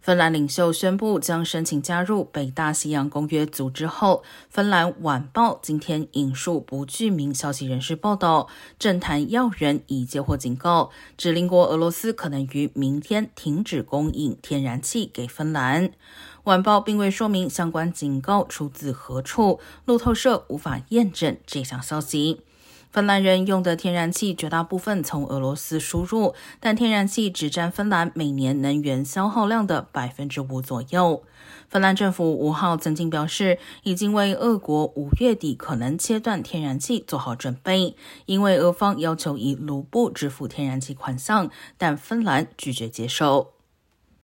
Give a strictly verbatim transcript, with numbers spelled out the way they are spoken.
芬兰领袖宣布将申请加入北大西洋公约组织后，芬兰晚报今天引述不具名消息人士报道，政坛要人已接获警告，指邻国俄罗斯可能于明天停止供应天然气给芬兰。晚报并未说明相关警告出自何处，路透社无法验证这项消息。芬兰人用的天然气绝大部分从俄罗斯输入，但天然气只占芬兰每年能源消耗量的 百分之五 左右。芬兰政府五号曾经表示，已经为俄国五月底可能切断天然气做好准备，因为俄方要求以卢布支付天然气款项，但芬兰拒绝接受。